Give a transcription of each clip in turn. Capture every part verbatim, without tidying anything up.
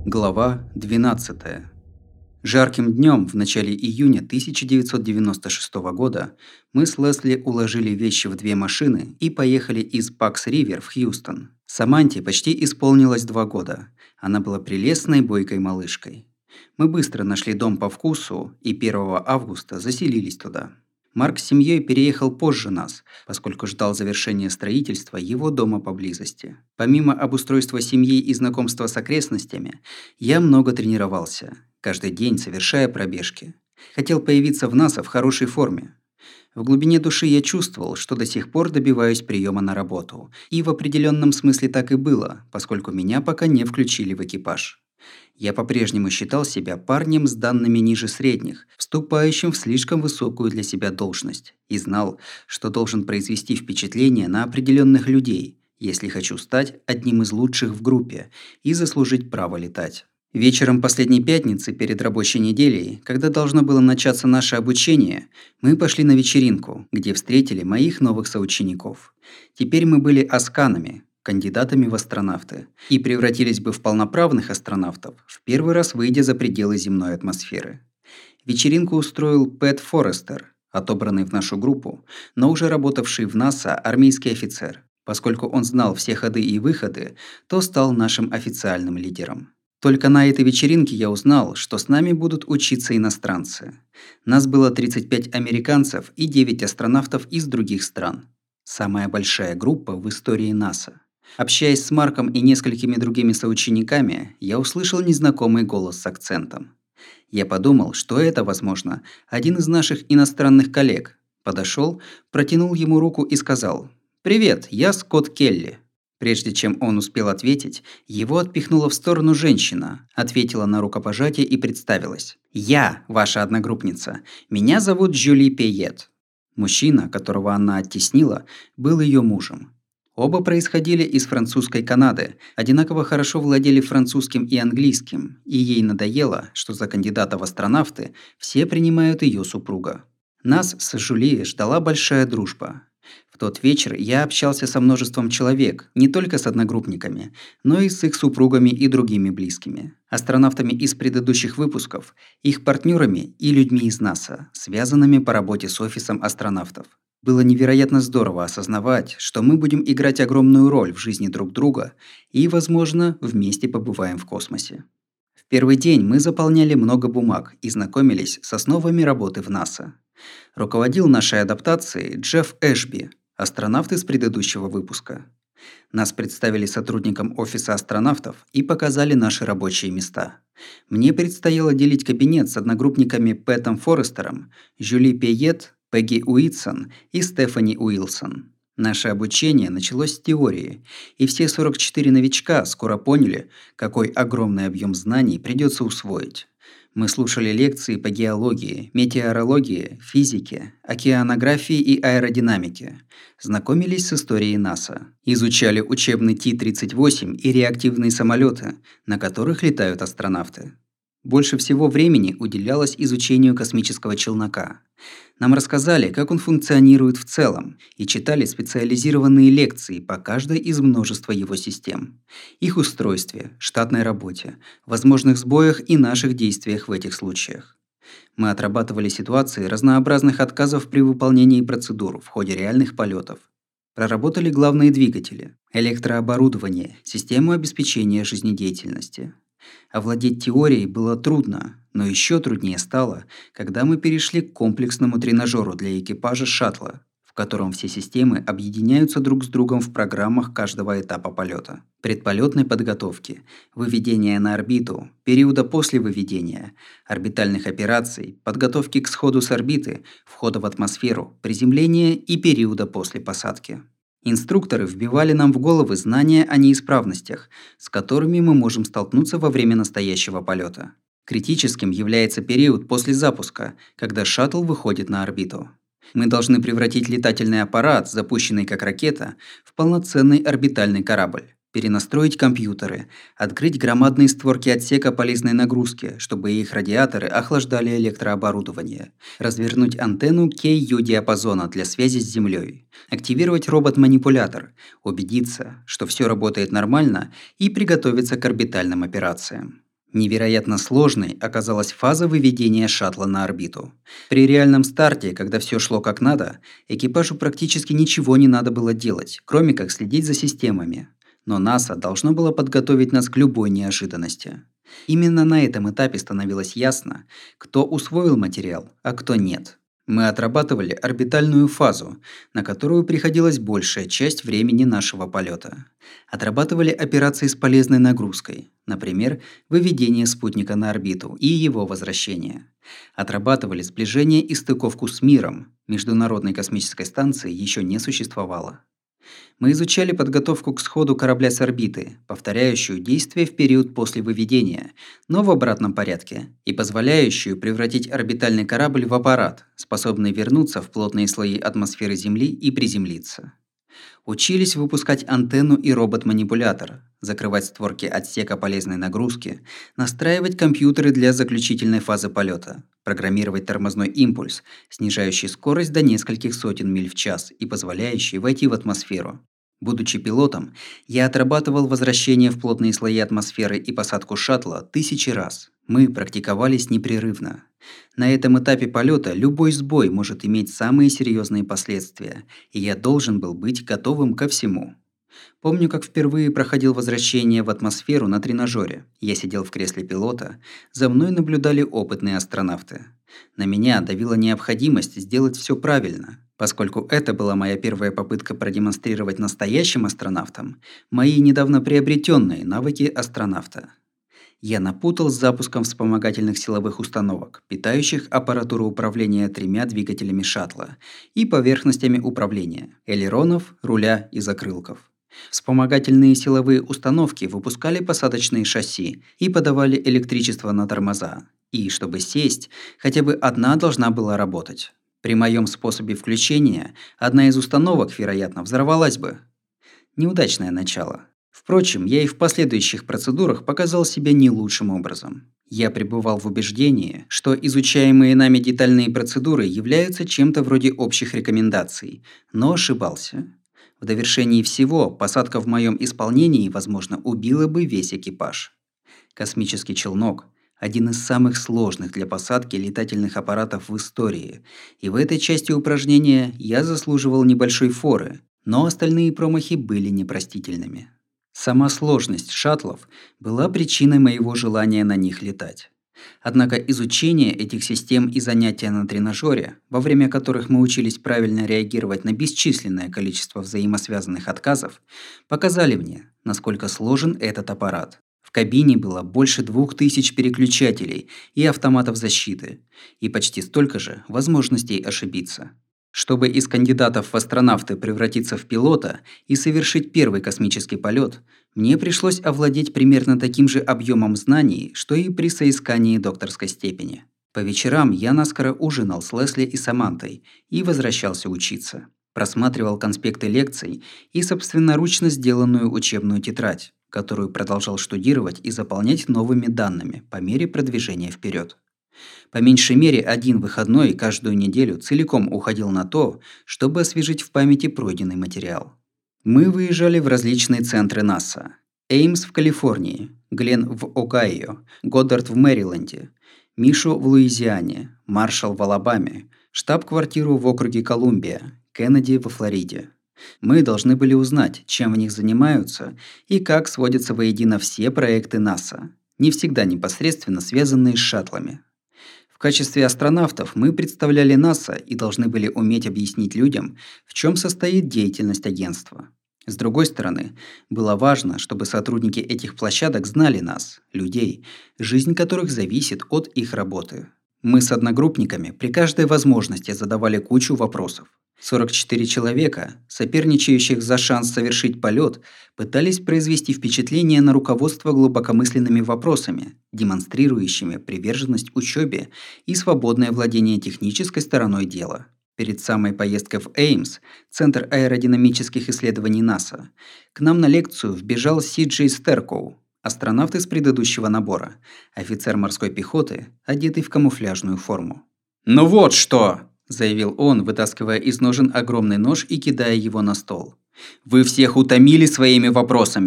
Глава двенадцатая. Жарким днем в начале июня тысяча девятьсот девяносто шестого года мы с Лесли уложили вещи в две машины и поехали из Пакс-Ривер в Хьюстон. Саманте почти исполнилось два года. Она была прелестной бойкой малышкой. Мы быстро нашли дом по вкусу и первого августа заселились туда. Марк с семьей переехал позже нас, поскольку ждал завершения строительства его дома поблизости. Помимо обустройства семьи и знакомства с окрестностями, я много тренировался, каждый день совершая пробежки. Хотел появиться в НАСА в хорошей форме. В глубине души я чувствовал, что до сих пор добиваюсь приема на работу. И в определенном смысле так и было, поскольку меня пока не включили в экипаж. Я по-прежнему считал себя парнем с данными ниже средних, вступающим в слишком высокую для себя должность, и знал, что должен произвести впечатление на определенных людей, если хочу стать одним из лучших в группе и заслужить право летать. Вечером последней пятницы перед рабочей неделей, когда должно было начаться наше обучение, мы пошли на вечеринку, где встретили моих новых соучеников. Теперь мы были асканами, кандидатами в астронавты, и превратились бы в полноправных астронавтов, в первый раз выйдя за пределы земной атмосферы. Вечеринку устроил Пэт Форестер, отобранный в нашу группу, но уже работавший в НАСА армейский офицер. Поскольку он знал все ходы и выходы, то стал нашим официальным лидером. Только на этой вечеринке я узнал, что с нами будут учиться иностранцы. Нас было тридцать пять американцев и девять астронавтов из других стран. Самая большая группа в истории НАСА. Общаясь с Марком и несколькими другими соучениками, я услышал незнакомый голос с акцентом. Я подумал, что это, возможно, один из наших иностранных коллег. Подошел, протянул ему руку и сказал: «Привет, я Скотт Келли». Прежде чем он успел ответить, его отпихнула в сторону женщина, ответила на рукопожатие и представилась. «Я, ваша одногруппница. Меня зовут Жюли Пейет». Мужчина, которого она оттеснила, был ее мужем. Оба происходили из французской Канады, одинаково хорошо владели французским и английским, и ей надоело, что за кандидата в астронавты все принимают ее супруга. Нас с Жюли ждала большая дружба. В тот вечер я общался со множеством человек, не только с одногруппниками, но и с их супругами и другими близкими, астронавтами из предыдущих выпусков, их партнерами и людьми из НАСА, связанными по работе с офисом астронавтов. Было невероятно здорово осознавать, что мы будем играть огромную роль в жизни друг друга и, возможно, вместе побываем в космосе. В первый день мы заполняли много бумаг и знакомились с основами работы в НАСА. Руководил нашей адаптацией Джефф Эшби, астронавт из предыдущего выпуска. Нас представили сотрудникам офиса астронавтов и показали наши рабочие места. Мне предстояло делить кабинет с одногруппниками Пэтом Форестером, Жюли Пейет, Пегги Уитсон и Стефани Уилсон. Наше обучение началось с теории, и все сорок четыре новичка скоро поняли, какой огромный объем знаний придется усвоить. Мы слушали лекции по геологии, метеорологии, физике, океанографии и аэродинамике, знакомились с историей НАСА, изучали учебный Ти тридцать восемь и реактивные самолеты, на которых летают астронавты. Больше всего времени уделялось изучению космического челнока. Нам рассказали, как он функционирует в целом, и читали специализированные лекции по каждой из множества его систем, их устройстве, штатной работе, возможных сбоях и наших действиях в этих случаях. Мы отрабатывали ситуации разнообразных отказов при выполнении процедур в ходе реальных полетов. Проработали главные двигатели, электрооборудование, систему обеспечения жизнедеятельности. Овладеть теорией было трудно, но еще труднее стало, когда мы перешли к комплексному тренажеру для экипажа шаттла, в котором все системы объединяются друг с другом в программах каждого этапа полета. Предполетной подготовки, выведения на орбиту, периода после выведения, орбитальных операций, подготовки к сходу с орбиты, входа в атмосферу, приземления и периода после посадки. Инструкторы вбивали нам в головы знания о неисправностях, с которыми мы можем столкнуться во время настоящего полета. Критическим является период после запуска, когда шаттл выходит на орбиту. Мы должны превратить летательный аппарат, запущенный как ракета, в полноценный орбитальный корабль. Перенастроить компьютеры, открыть громадные створки отсека полезной нагрузки, чтобы их радиаторы охлаждали электрооборудование, развернуть антенну кей ю-диапазона для связи с Землей, активировать робот-манипулятор, убедиться, что все работает нормально, и приготовиться к орбитальным операциям. Невероятно сложной оказалась фаза выведения шаттла на орбиту. При реальном старте, когда все шло как надо, экипажу практически ничего не надо было делать, кроме как следить за системами. Но НАСА должно было подготовить нас к любой неожиданности. Именно на этом этапе становилось ясно, кто усвоил материал, а кто нет. Мы отрабатывали орбитальную фазу, на которую приходилась большая часть времени нашего полета. Отрабатывали операции с полезной нагрузкой, например, выведение спутника на орбиту и его возвращение. Отрабатывали сближение и стыковку с миром. Международной космической станции еще не существовало. Мы изучали подготовку к сходу корабля с орбиты, повторяющую действие в период после выведения, но в обратном порядке, и позволяющую превратить орбитальный корабль в аппарат, способный вернуться в плотные слои атмосферы Земли и приземлиться. Учились выпускать антенну и робот-манипулятор, закрывать створки отсека полезной нагрузки, настраивать компьютеры для заключительной фазы полета, программировать тормозной импульс, снижающий скорость до нескольких сотен миль в час и позволяющий войти в атмосферу. Будучи пилотом, я отрабатывал возвращение в плотные слои атмосферы и посадку шаттла тысячи раз. Мы практиковались непрерывно. На этом этапе полета любой сбой может иметь самые серьезные последствия, и я должен был быть готовым ко всему. Помню, как впервые проходил возвращение в атмосферу на тренажере. Я сидел в кресле пилота, за мной наблюдали опытные астронавты. На меня давила необходимость сделать все правильно, поскольку это была моя первая попытка продемонстрировать настоящим астронавтам мои недавно приобретенные навыки астронавта. Я напутал с запуском вспомогательных силовых установок, питающих аппаратуру управления тремя двигателями шаттла и поверхностями управления – элеронов, руля и закрылков. Вспомогательные силовые установки выпускали посадочные шасси и подавали электричество на тормоза. И, чтобы сесть, хотя бы одна должна была работать. При моем способе включения одна из установок, вероятно, взорвалась бы. Неудачное начало. Впрочем, я и в последующих процедурах показал себя не лучшим образом. Я пребывал в убеждении, что изучаемые нами детальные процедуры являются чем-то вроде общих рекомендаций, но ошибался. В довершении всего, посадка в моем исполнении, возможно, убила бы весь экипаж. Космический челнок – один из самых сложных для посадки летательных аппаратов в истории, и в этой части упражнения я заслуживал небольшой форы, но остальные промахи были непростительными. Сама сложность шаттлов была причиной моего желания на них летать. Однако изучение этих систем и занятия на тренажере, во время которых мы учились правильно реагировать на бесчисленное количество взаимосвязанных отказов, показали мне, насколько сложен этот аппарат. В кабине было больше двух тысяч переключателей и автоматов защиты, и почти столько же возможностей ошибиться. Чтобы из кандидатов в астронавты превратиться в пилота и совершить первый космический полет, мне пришлось овладеть примерно таким же объемом знаний, что и при соискании докторской степени. По вечерам я наскоро ужинал с Лесли и Самантой и возвращался учиться. Просматривал конспекты лекций и собственноручно сделанную учебную тетрадь, которую продолжал штудировать и заполнять новыми данными по мере продвижения вперед. По меньшей мере один выходной каждую неделю целиком уходил на то, чтобы освежить в памяти пройденный материал. Мы выезжали в различные центры НАСА. Эймс в Калифорнии, Гленн в Огайо, Годдард в Мэриленде, Мишу в Луизиане, Маршалл в Алабаме, штаб-квартиру в округе Колумбия, Кеннеди во Флориде. Мы должны были узнать, чем в них занимаются и как сводятся воедино все проекты НАСА, не всегда непосредственно связанные с шаттлами. В качестве астронавтов мы представляли НАСА и должны были уметь объяснить людям, в чем состоит деятельность агентства. С другой стороны, было важно, чтобы сотрудники этих площадок знали нас, людей, жизнь которых зависит от их работы. Мы с одногруппниками при каждой возможности задавали кучу вопросов. сорок четыре человека, соперничающих за шанс совершить полет, пытались произвести впечатление на руководство глубокомысленными вопросами, демонстрирующими приверженность учебе и свободное владение технической стороной дела. Перед самой поездкой в Эймс, Центр аэродинамических исследований НАСА, к нам на лекцию вбежал Си Джей Стеркоу, астронавт из предыдущего набора, офицер морской пехоты, одетый в камуфляжную форму. «Ну вот что!» – заявил он, вытаскивая из ножен огромный нож и кидая его на стол. «Вы всех утомили своими вопросами.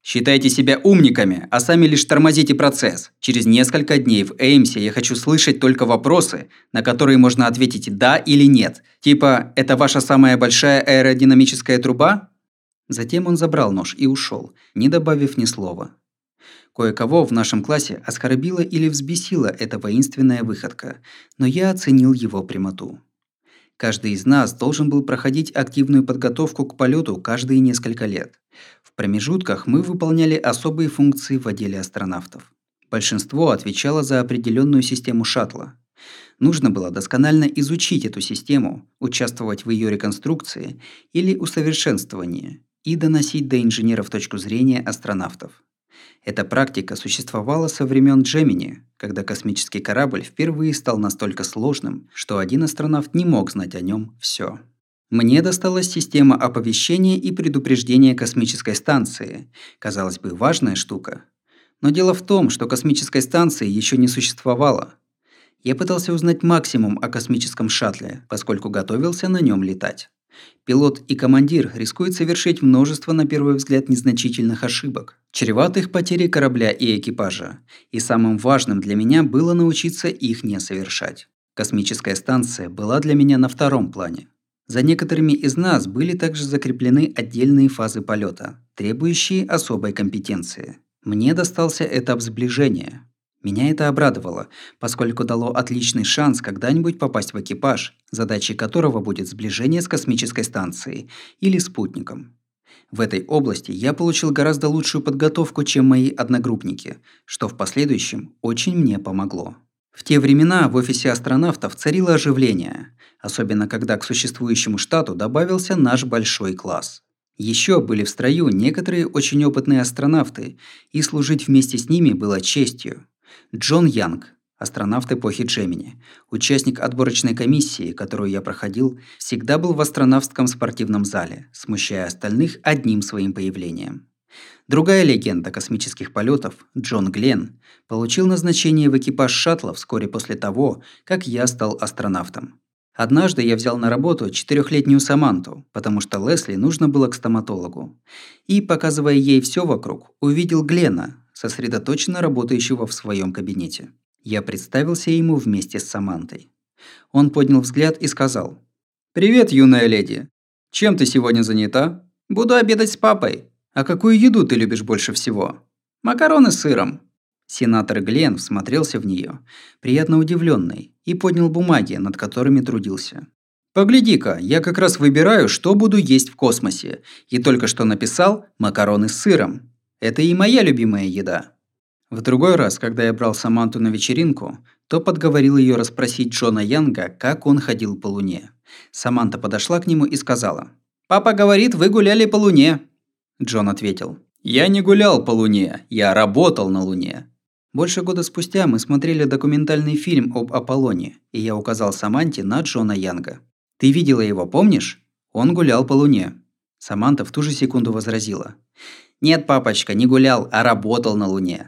Считайте себя умниками, а сами лишь тормозите процесс. Через несколько дней в Эймсе я хочу слышать только вопросы, на которые можно ответить «да» или «нет». Типа «это ваша самая большая аэродинамическая труба?» Затем он забрал нож и ушел, не добавив ни слова. Кое-кого в нашем классе оскорбила или взбесила эта воинственная выходка, но я оценил его прямоту. Каждый из нас должен был проходить активную подготовку к полету каждые несколько лет. В промежутках мы выполняли особые функции в отделе астронавтов. Большинство отвечало за определенную систему шаттла. Нужно было досконально изучить эту систему, участвовать в ее реконструкции или усовершенствовании и доносить до инженеров точку зрения астронавтов. Эта практика существовала со времен Джемини, когда космический корабль впервые стал настолько сложным, что один астронавт не мог знать о нем все. Мне досталась система оповещения и предупреждения космической станции. Казалось бы, важная штука. Но дело в том, что космической станции еще не существовало. Я пытался узнать максимум о космическом шаттле, поскольку готовился на нем летать. Пилот и командир рискуют совершить множество, на первый взгляд, незначительных ошибок, чреватых потерей корабля и экипажа, и самым важным для меня было научиться их не совершать. Космическая станция была для меня на втором плане. За некоторыми из нас были также закреплены отдельные фазы полета, требующие особой компетенции. Мне достался этап сближения. Меня это обрадовало, поскольку дало отличный шанс когда-нибудь попасть в экипаж, задачей которого будет сближение с космической станцией или спутником. В этой области я получил гораздо лучшую подготовку, чем мои одногруппники, что в последующем очень мне помогло. В те времена в офисе астронавтов царило оживление, особенно когда к существующему штату добавился наш большой класс. Еще были в строю некоторые очень опытные астронавты, и служить вместе с ними было честью. Джон Янг, астронавт эпохи Джемини, участник отборочной комиссии, которую я проходил, всегда был в астронавтском спортивном зале, смущая остальных одним своим появлением. Другая легенда космических полетов, Джон Гленн, получил назначение в экипаж шаттла вскоре после того, как я стал астронавтом. Однажды я взял на работу четырехлетнюю Саманту, потому что Лесли нужно было к стоматологу. И, показывая ей все вокруг, увидел Гленна, сосредоточенно работающего в своем кабинете. Я представился ему вместе с Самантой. Он поднял взгляд и сказал: «Привет, юная леди. Чем ты сегодня занята?» «Буду обедать с папой». «А какую еду ты любишь больше всего?» «Макароны с сыром». Сенатор Гленн всмотрелся в нее, приятно удивленный, и поднял бумаги, над которыми трудился. «Погляди-ка, я как раз выбираю, что буду есть в космосе, и только что написал «макароны с сыром». Это и моя любимая еда». В другой раз, когда я брал Саманту на вечеринку, то подговорил ее расспросить Джона Янга, как он ходил по Луне. Саманта подошла к нему и сказала: «Папа говорит, вы гуляли по Луне». Джон ответил: «Я не гулял по Луне, я работал на Луне». Больше года спустя мы смотрели документальный фильм об Аполлоне, и я указал Саманте на Джона Янга. «Ты видела его, помнишь? Он гулял по Луне». Саманта в ту же секунду возразила: «Нет, папочка, не гулял, а работал на Луне».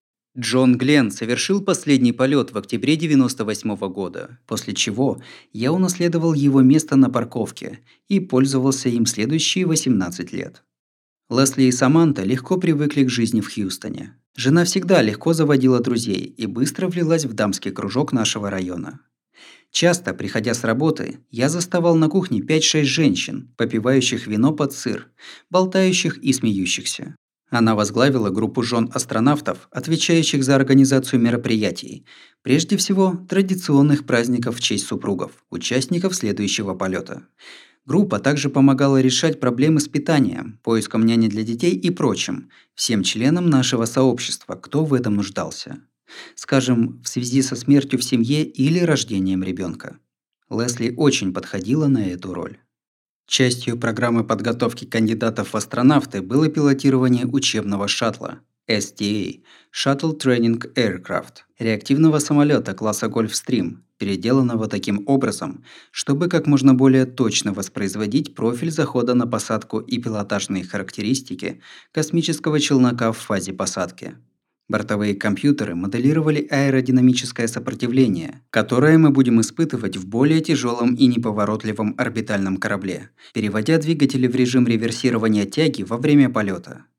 Джон Гленн совершил последний полет в октябре девяносто восьмого года, после чего я унаследовал его место на парковке и пользовался им следующие восемнадцать лет. Лесли и Саманта легко привыкли к жизни в Хьюстоне. Жена всегда легко заводила друзей и быстро влилась в дамский кружок нашего района. Часто, приходя с работы, я заставал на кухне пять-шесть женщин, попивающих вино под сыр, болтающих и смеющихся. Она возглавила группу жен астронавтов, отвечающих за организацию мероприятий, прежде всего традиционных праздников в честь супругов, участников следующего полета. Группа также помогала решать проблемы с питанием, поиском няни для детей и прочим, всем членам нашего сообщества, кто в этом нуждался. Скажем, в связи со смертью в семье или рождением ребенка. Лесли очень подходила на эту роль. Частью программы подготовки кандидатов в астронавты было пилотирование учебного шаттла эс ти эй – Shuttle Training Aircraft, реактивного самолета класса Gulfstream, переделанного таким образом, чтобы как можно более точно воспроизводить профиль захода на посадку и пилотажные характеристики космического челнока в фазе посадки. Бортовые компьютеры моделировали аэродинамическое сопротивление, которое мы будем испытывать в более тяжелом и неповоротливом орбитальном корабле, переводя двигатели в режим реверсирования тяги во время полета.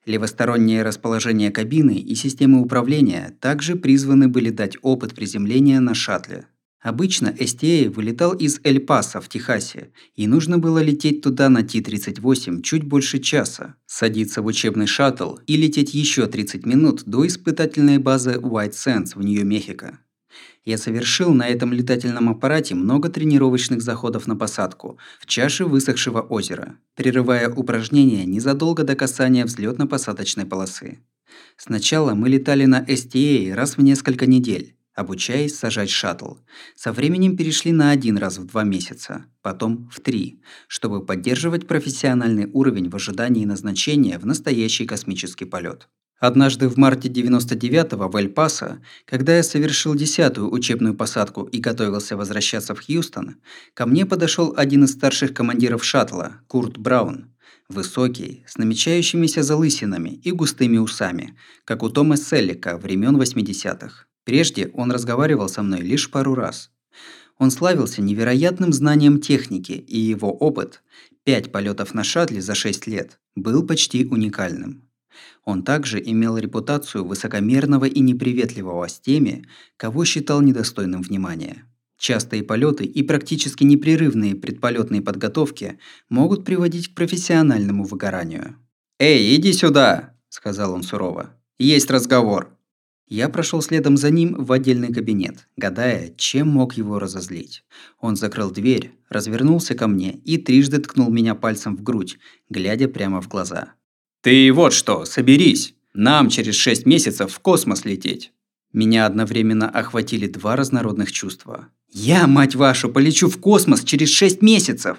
Левостороннее расположение кабины и системы управления также призваны были дать опыт приземления на шаттле. Обычно эс ти эй вылетал из Эль-Пасо в Техасе, и нужно было лететь туда на Ти тридцать восемь чуть больше часа, садиться в учебный шаттл и лететь еще тридцать минут до испытательной базы White Sands в Нью-Мехико. Я совершил на этом летательном аппарате много тренировочных заходов на посадку в чаше высохшего озера, прерывая упражнения незадолго до касания взлетно-посадочной полосы. Сначала мы летали на эс ти эй раз в несколько недель, обучаясь сажать шаттл. Со временем перешли на один раз в два месяца, потом в три, чтобы поддерживать профессиональный уровень в ожидании назначения в настоящий космический полет. Однажды в марте девяносто девятого в Эль-Пасо, когда я совершил десятую учебную посадку и готовился возвращаться в Хьюстон, ко мне подошел один из старших командиров шаттла, Курт Браун. Высокий, с намечающимися залысинами и густыми усами, как у Тома Селлика времен восьмидесятых. Прежде он разговаривал со мной лишь пару раз. Он славился невероятным знанием техники, и его опыт – пять полетов на шаттле за шесть лет – был почти уникальным. Он также имел репутацию высокомерного и неприветливого с теми, кого считал недостойным внимания. Частые полеты и практически непрерывные предполетные подготовки могут приводить к профессиональному выгоранию. «Эй, иди сюда!» – сказал он сурово. «Есть разговор!» Я прошел следом за ним в отдельный кабинет, гадая, чем мог его разозлить. Он закрыл дверь, развернулся ко мне и трижды ткнул меня пальцем в грудь, глядя прямо в глаза. «Ты вот что, соберись! Нам через шесть месяцев в космос лететь!» Меня одновременно охватили два разнородных чувства. «Я, мать вашу, полечу в космос через шесть месяцев!»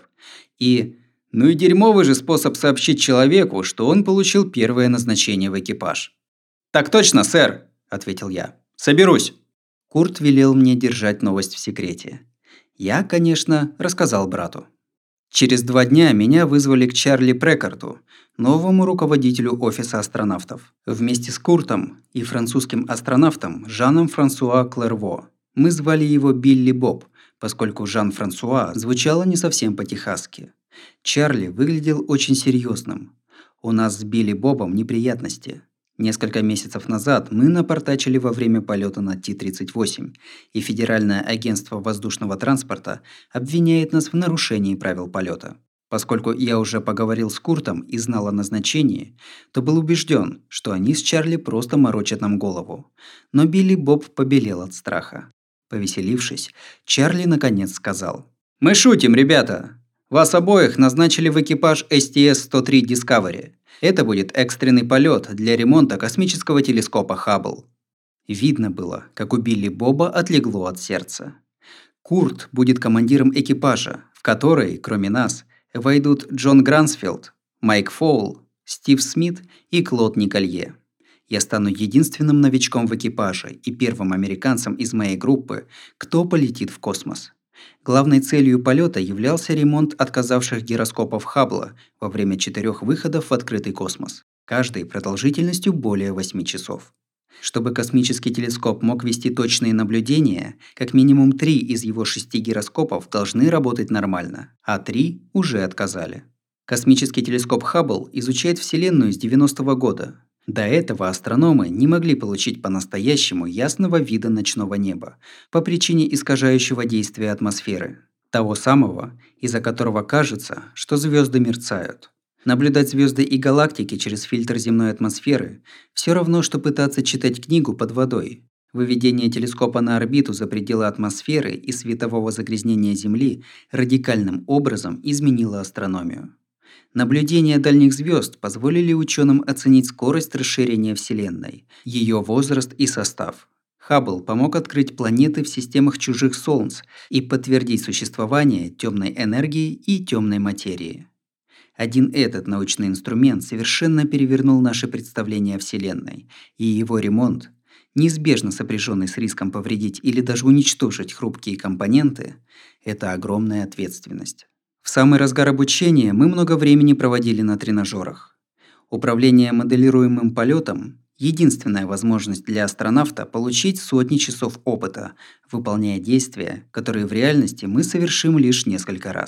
И «ну и дерьмовый же способ сообщить человеку, что он получил первое назначение в экипаж!» «Так точно, сэр!» – ответил я. «Соберусь!» Курт велел мне держать новость в секрете. Я, конечно, рассказал брату. Через два дня меня вызвали к Чарли Прекарту, новому руководителю офиса астронавтов, вместе с Куртом и французским астронавтом Жаном Франсуа Клерво. Мы звали его Билли Боб, поскольку Жан-Франсуа звучало не совсем по-техасски. Чарли выглядел очень серьезным. У нас с Билли Бобом неприятности. Несколько месяцев назад мы напортачили во время полета на Ти тридцать восемь, и Федеральное агентство воздушного транспорта обвиняет нас в нарушении правил полета. Поскольку я уже поговорил с Куртом и знал о назначении, то был убежден, что они с Чарли просто морочат нам голову. Но Билли Боб побелел от страха. Повеселившись, Чарли наконец сказал: «Мы шутим, ребята! Вас обоих назначили в экипаж эс ти эс сто три Discovery. Это будет экстренный полет для ремонта космического телескопа Хаббл». Видно было, как у Билли Боба отлегло от сердца. Курт будет командиром экипажа, в который, кроме нас, войдут Джон Грансфилд, Майк Фоул, Стив Смит и Клод Николье. Я стану единственным новичком в экипаже и первым американцем из моей группы, кто полетит в космос. Главной целью полета являлся ремонт отказавших гироскопов Хаббла во время четырех выходов в открытый космос, каждый продолжительностью более восьми часов. Чтобы космический телескоп мог вести точные наблюдения, как минимум три из его шести гироскопов должны работать нормально, а три уже отказали. Космический телескоп Хаббл изучает Вселенную с девяностого года. До этого астрономы не могли получить по-настоящему ясного вида ночного неба по причине искажающего действия атмосферы, того самого, из-за которого кажется, что звезды мерцают. Наблюдать звезды и галактики через фильтр земной атмосферы – все равно, что пытаться читать книгу под водой. Выведение телескопа на орбиту за пределы атмосферы и светового загрязнения Земли радикальным образом изменило астрономию. Наблюдения дальних звезд позволили ученым оценить скорость расширения Вселенной, ее возраст и состав. Хаббл помог открыть планеты в системах чужих Солнц и подтвердить существование темной энергии и темной материи. Один этот научный инструмент совершенно перевернул наше представление о Вселенной, и его ремонт, неизбежно сопряженный с риском повредить или даже уничтожить хрупкие компоненты, это огромная ответственность. В самый разгар обучения мы много времени проводили на тренажерах. Управление моделируемым полетом – единственная возможность для астронавта получить сотни часов опыта, выполняя действия, которые в реальности мы совершим лишь несколько раз.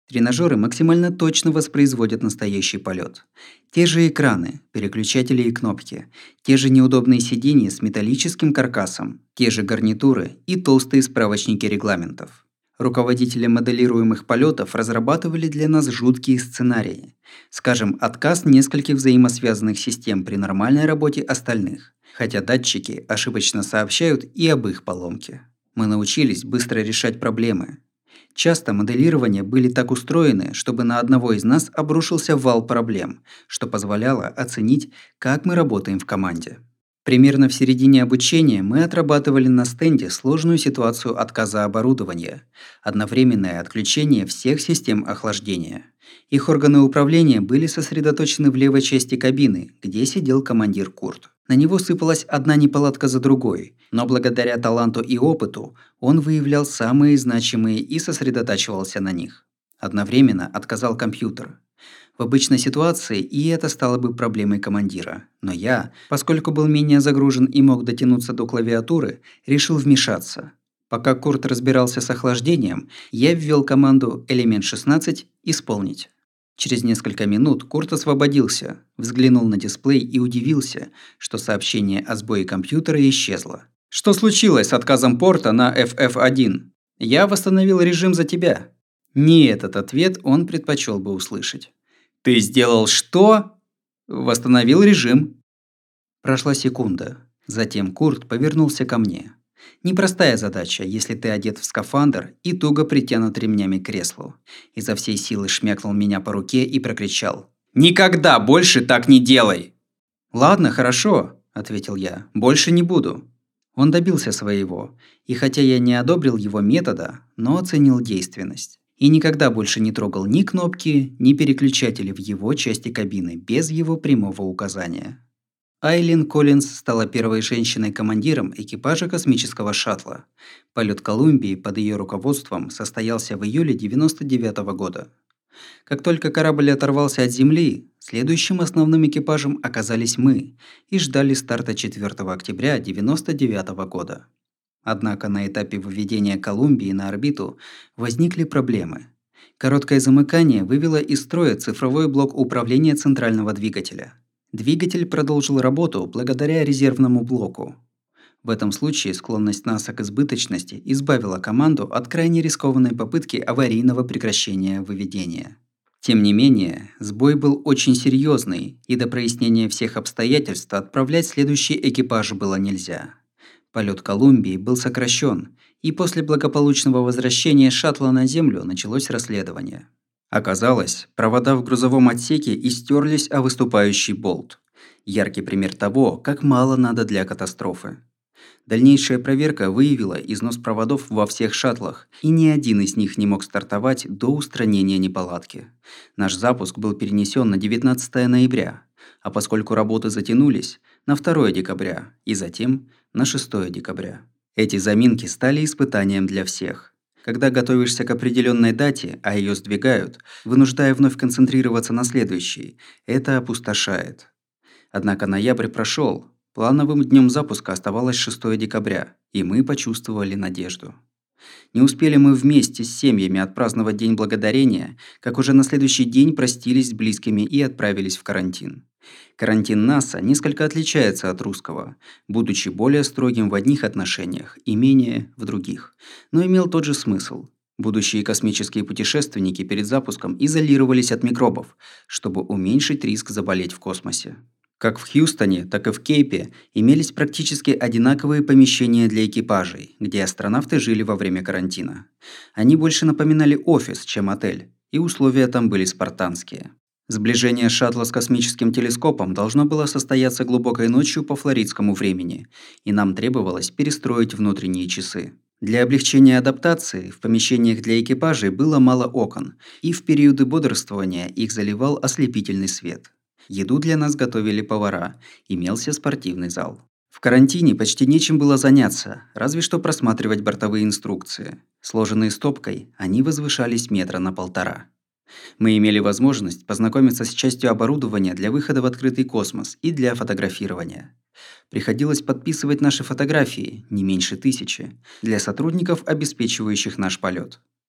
Тренажеры максимально точно воспроизводят настоящий полет. Те же экраны, переключатели и кнопки, те же неудобные сиденья с металлическим каркасом, те же гарнитуры и толстые справочники регламентов. Руководители моделируемых полетов разрабатывали для нас жуткие сценарии. Скажем, отказ нескольких взаимосвязанных систем при нормальной работе остальных, хотя датчики ошибочно сообщают и об их поломке. Мы научились быстро решать проблемы. Часто моделирования были так устроены, чтобы на одного из нас обрушился вал проблем, что позволяло оценить, как мы работаем в команде. Примерно в середине обучения мы отрабатывали на стенде сложную ситуацию отказа оборудования, одновременное отключение всех систем охлаждения. Их органы управления были сосредоточены в левой части кабины, где сидел командир Курт. На него сыпалась одна неполадка за другой, но благодаря таланту и опыту он выявлял самые значимые и сосредотачивался на них. Одновременно отказал компьютер. В обычной ситуации и это стало бы проблемой командира. Но я, поскольку был менее загружен и мог дотянуться до клавиатуры, решил вмешаться. Пока Курт разбирался с охлаждением, я ввел команду «Элемент шестнадцать» «Исполнить». Через несколько минут Курт освободился, взглянул на дисплей и удивился, что сообщение о сбое компьютера исчезло. «Что случилось с отказом порта на эф эф один? Я восстановил режим за тебя». Не этот ответ он предпочел бы услышать. «Ты сделал что?» «Восстановил режим». Прошла секунда. Затем Курт повернулся ко мне. Непростая задача, если ты одет в скафандр и туго притянут ремнями к креслу. Изо всей силы шмякнул меня по руке и прокричал: «Никогда больше так не делай!» «Ладно, хорошо», – ответил я, – «больше не буду». Он добился своего, и хотя я не одобрил его метода, но оценил действенность. И никогда больше не трогал ни кнопки, ни переключатели в его части кабины без его прямого указания. Айлин Коллинз стала первой женщиной-командиром экипажа космического шаттла. Полет Колумбии под ее руководством состоялся в июле девяносто девятого года. Как только корабль оторвался от Земли, следующим основным экипажем оказались мы и ждали старта четвёртого октября девяносто девятого года. Однако на этапе выведения Колумбии на орбиту возникли проблемы. Короткое замыкание вывело из строя цифровой блок управления центрального двигателя. Двигатель продолжил работу благодаря резервному блоку. В этом случае склонность НАСА к избыточности избавила команду от крайне рискованной попытки аварийного прекращения выведения. Тем не менее, сбой был очень серьезный, и до прояснения всех обстоятельств отправлять следующий экипаж было нельзя. Полет Колумбии был сокращен, и после благополучного возвращения шаттла на Землю началось расследование. Оказалось, провода в грузовом отсеке истерлись о выступающий болт. Яркий пример того, как мало надо для катастрофы. Дальнейшая проверка выявила износ проводов во всех шаттлах, и ни один из них не мог стартовать до устранения неполадки. Наш запуск был перенесен на девятнадцатое ноября, а поскольку работы затянулись, на второе декабря и затем на шестое декабря. Эти заминки стали испытанием для всех. Когда готовишься к определенной дате, а ее сдвигают, вынуждая вновь концентрироваться на следующей, это опустошает. Однако ноябрь прошел. Плановым днем запуска оставалось шестое декабря, и мы почувствовали надежду. Не успели мы вместе с семьями отпраздновать День Благодарения, как уже на следующий день простились с близкими и отправились в карантин. Карантин НАСА несколько отличается от русского, будучи более строгим в одних отношениях и менее в других, но имел тот же смысл. Будущие космические путешественники перед запуском изолировались от микробов, чтобы уменьшить риск заболеть в космосе. Как в Хьюстоне, так и в Кейпе имелись практически одинаковые помещения для экипажей, где астронавты жили во время карантина. Они больше напоминали офис, чем отель, и условия там были спартанские. Сближение шаттла с космическим телескопом должно было состояться глубокой ночью по флоридскому времени, и нам требовалось перестроить внутренние часы. Для облегчения адаптации в помещениях для экипажей было мало окон, и в периоды бодрствования их заливал ослепительный свет. Еду для нас готовили повара, имелся спортивный зал. В карантине почти нечем было заняться, разве что просматривать бортовые инструкции. Сложенные стопкой, они возвышались метра на полтора. Мы имели возможность познакомиться с частью оборудования для выхода в открытый космос и для фотографирования. Приходилось подписывать наши фотографии, не меньше тысячи, для сотрудников, обеспечивающих наш полет. В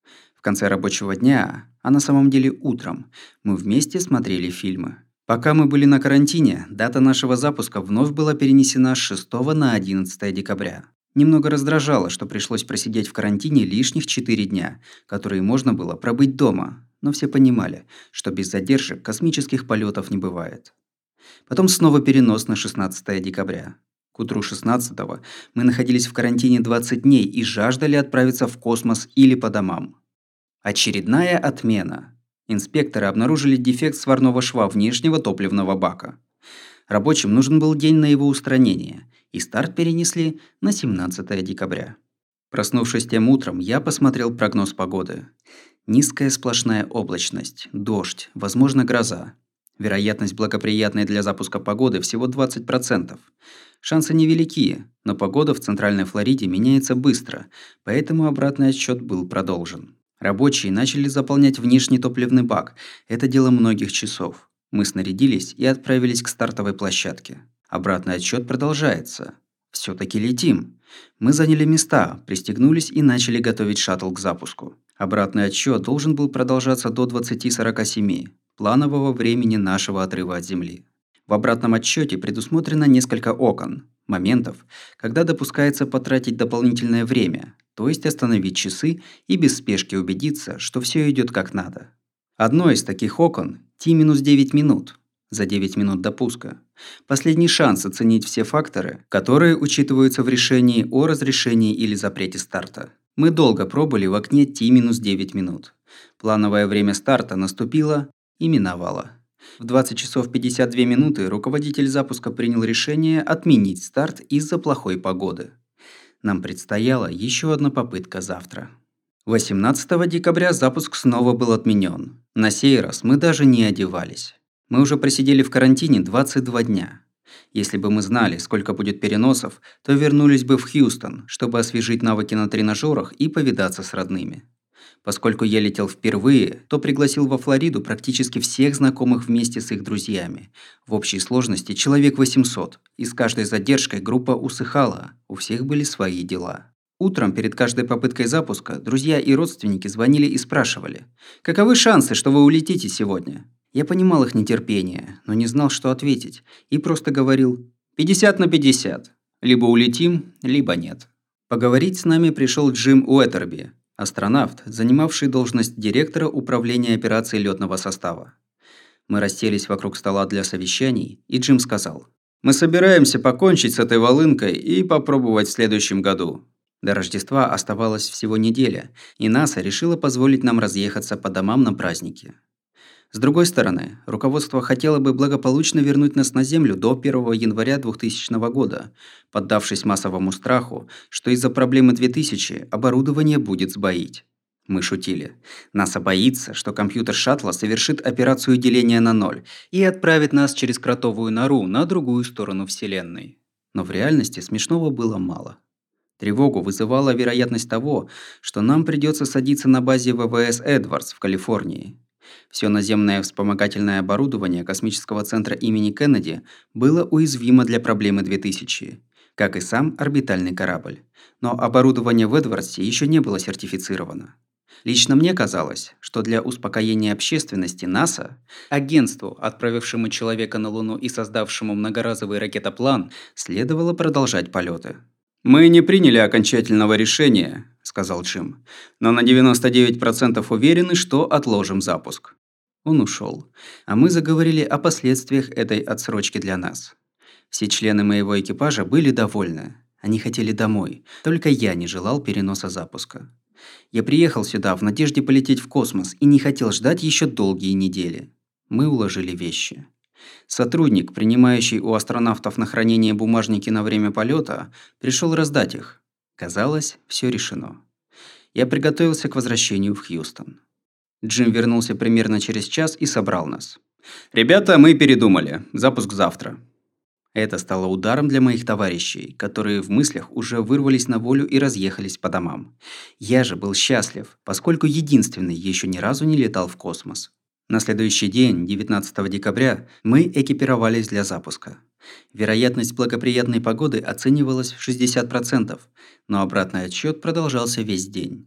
конце рабочего дня, а на самом деле утром, мы вместе смотрели фильмы. Пока мы были на карантине, дата нашего запуска вновь была перенесена с шестого на одиннадцатое декабря. Немного раздражало, что пришлось просидеть в карантине лишних четыре дня, которые можно было пробыть дома, но все понимали, что без задержек космических полетов не бывает. Потом снова перенос на шестнадцатое декабря. К утру шестнадцатого мы находились в карантине двадцать дней и жаждали отправиться в космос или по домам. Очередная отмена. Инспекторы обнаружили дефект сварного шва внешнего топливного бака. Рабочим нужен был день на его устранение, и старт перенесли на семнадцатое декабря. Проснувшись тем утром, я посмотрел прогноз погоды. Низкая сплошная облачность, дождь, возможно гроза. Вероятность благоприятной для запуска погоды всего двадцать процентов. Шансы невелики, но погода в Центральной Флориде меняется быстро, поэтому обратный отсчет был продолжен. Рабочие начали заполнять внешний топливный бак. Это дело многих часов. Мы снарядились и отправились к стартовой площадке. Обратный отсчет продолжается. Все-таки летим. Мы заняли места, пристегнулись и начали готовить шаттл к запуску. Обратный отсчет должен был продолжаться до двадцати сорока семи, планового времени нашего отрыва от Земли. В обратном отсчете предусмотрено несколько окон, моментов, когда допускается потратить дополнительное время, то есть остановить часы и без спешки убедиться, что все идет как надо. Одно из таких окон – T минус девять минут, за девять минут до пуска. Последний шанс оценить все факторы, которые учитываются в решении о разрешении или запрете старта. Мы долго пробыли в окне T минус девять минут. Плановое время старта наступило и миновало. В двадцать часов пятьдесят две минуты руководитель запуска принял решение отменить старт из-за плохой погоды. Нам предстояла еще одна попытка завтра. восемнадцатого декабря запуск снова был отменен. На сей раз мы даже не одевались. Мы уже просидели в карантине двадцать два дня. Если бы мы знали, сколько будет переносов, то вернулись бы в Хьюстон, чтобы освежить навыки на тренажерах и повидаться с родными. Поскольку я летел впервые, то пригласил во Флориду практически всех знакомых вместе с их друзьями. В общей сложности человек восемьсот, и с каждой задержкой группа усыхала, у всех были свои дела. Утром перед каждой попыткой запуска друзья и родственники звонили и спрашивали: «Каковы шансы, что вы улетите сегодня?» Я понимал их нетерпение, но не знал, что ответить, и просто говорил: пятьдесят на пятьдесят. Либо улетим, либо нет. Поговорить с нами пришел Джим Уэттерби, астронавт, занимавший должность директора управления операций лётного состава. Мы расселись вокруг стола для совещаний, и Джим сказал: «Мы собираемся покончить с этой волынкой и попробовать в следующем году». До Рождества оставалась всего неделя, и НАСА решила позволить нам разъехаться по домам на праздники. С другой стороны, руководство хотело бы благополучно вернуть нас на Землю до первого января двухтысячного года, поддавшись массовому страху, что из-за проблемы две тысячи оборудование будет сбоить. Мы шутили. НАСА боится, что компьютер шаттла совершит операцию деления на ноль и отправит нас через кротовую нору на другую сторону Вселенной. Но в реальности смешного было мало. Тревогу вызывала вероятность того, что нам придется садиться на базе ВВС Эдвардс в Калифорнии. Все наземное вспомогательное оборудование космического центра имени Кеннеди было уязвимо для проблемы две тысячи, как и сам орбитальный корабль. Но оборудование в Эдвардсе еще не было сертифицировано. Лично мне казалось, что для успокоения общественности НАСА, агентству, отправившему человека на Луну и создавшему многоразовый ракетоплан, следовало продолжать полеты. «Мы не приняли окончательного решения», – сказал Джим, «но на девяносто девять процентов уверены, что отложим запуск». Он ушел, а мы заговорили о последствиях этой отсрочки для нас. Все члены моего экипажа были довольны. Они хотели домой, только я не желал переноса запуска. Я приехал сюда в надежде полететь в космос и не хотел ждать еще долгие недели. Мы уложили вещи. Сотрудник, принимающий у астронавтов на хранение бумажники на время полета, пришел раздать их. Казалось, все решено. Я приготовился к возвращению в Хьюстон. Джим вернулся примерно через час и собрал нас. «Ребята, мы передумали. Запуск завтра». Это стало ударом для моих товарищей, которые в мыслях уже вырвались на волю и разъехались по домам. Я же был счастлив, поскольку единственный еще ни разу не летал в космос. На следующий день, девятнадцатого декабря, мы экипировались для запуска. Вероятность благоприятной погоды оценивалась в шестьдесят процентов, но обратный отсчет продолжался весь день.